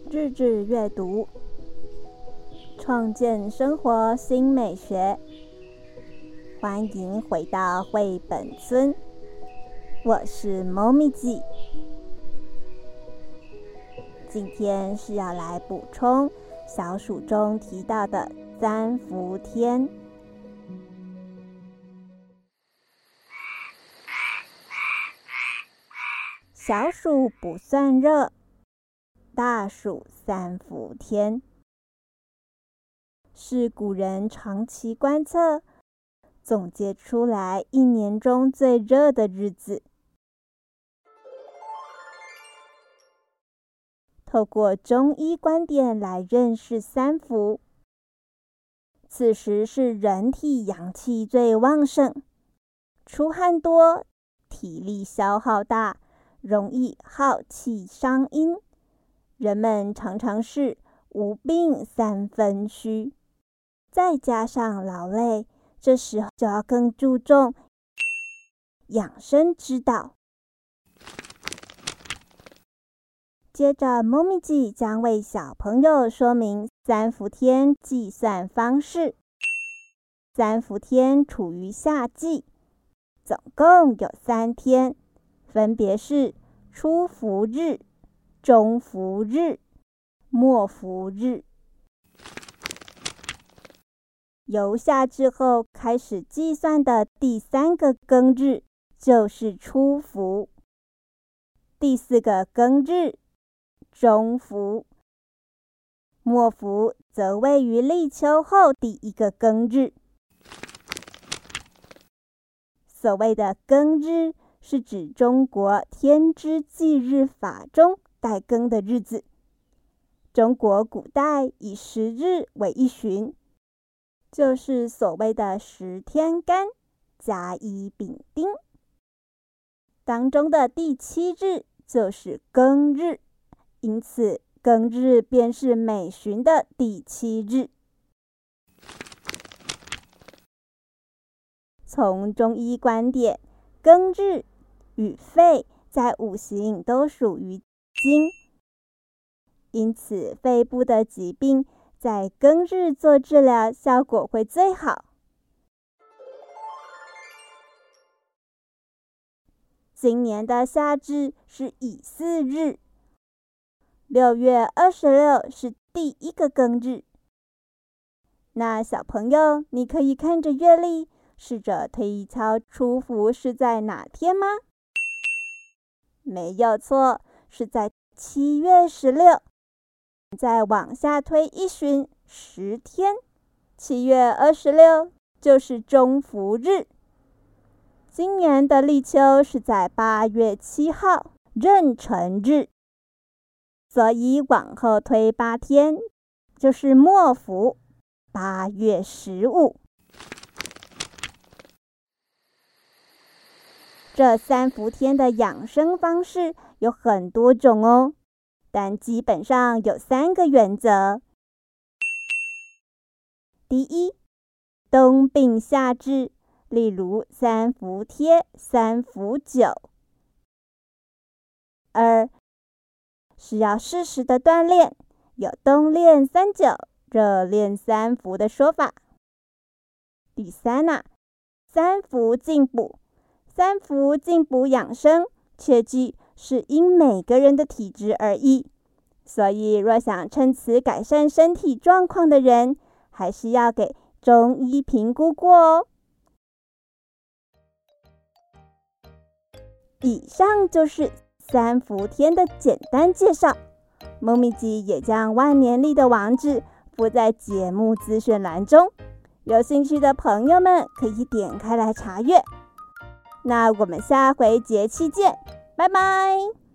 日志阅读，创建生活新美学。欢迎回到绘本村，我是猫咪记。今天是要来补充小暑中提到的三伏天。小暑不算热，大暑三伏天，是古人长期观测总结出来一年中最热的日子。透过中医观点来认识三伏，此时是人体阳气最旺盛，出汗多，体力消耗大，容易耗气伤阴，人们常常是无病三分虚，再加上劳累，这时候就要更注重养生之道。接着，猫咪记将为小朋友说明三伏天计算方式。三伏天处于夏季，总共有3天，分别是初伏日、中伏日、末伏日。由夏至后开始计算的第3个庚日就是初伏，第4个庚日中伏，末伏则位于立秋后第1个庚日。所谓的庚日是指中国天之纪日法中带庚的日子。中国古代以10日为一旬，就是所谓的10天干甲乙丙丁，当中的第7日就是庚日，因此庚日便是每旬的第7日。从中医观点，庚日与肺在五行都属于金，因此肺部的疾病在庚日做治疗效果会最好。今年的夏至是乙巳日，6月26是第1个庚日。那小朋友，你可以看着月历，试着推敲初伏是在哪天吗？没有错，是在7月16。再往下推一旬10天，7月26就是中伏日。今年的立秋是在8月7号，壬辰日，所以往后推8天就是末伏，8月15。这三伏天的养生方式有很多种哦，但基本上有3个原则。第一，冬病夏治，例如三伏贴、三伏灸。2，是要适时的锻炼，有冬练3灸、热练3伏的说法。第3，三伏进补，三伏进补养生，切记是因每个人的体质而异，所以若想趁此改善身体状况的人，还是要给中医评估过哦。以上就是三伏天的简单介绍，猫咪记也将万年历的网址附在节目资讯栏中，有兴趣的朋友们可以点开来查阅。那我们下回节气见，拜拜。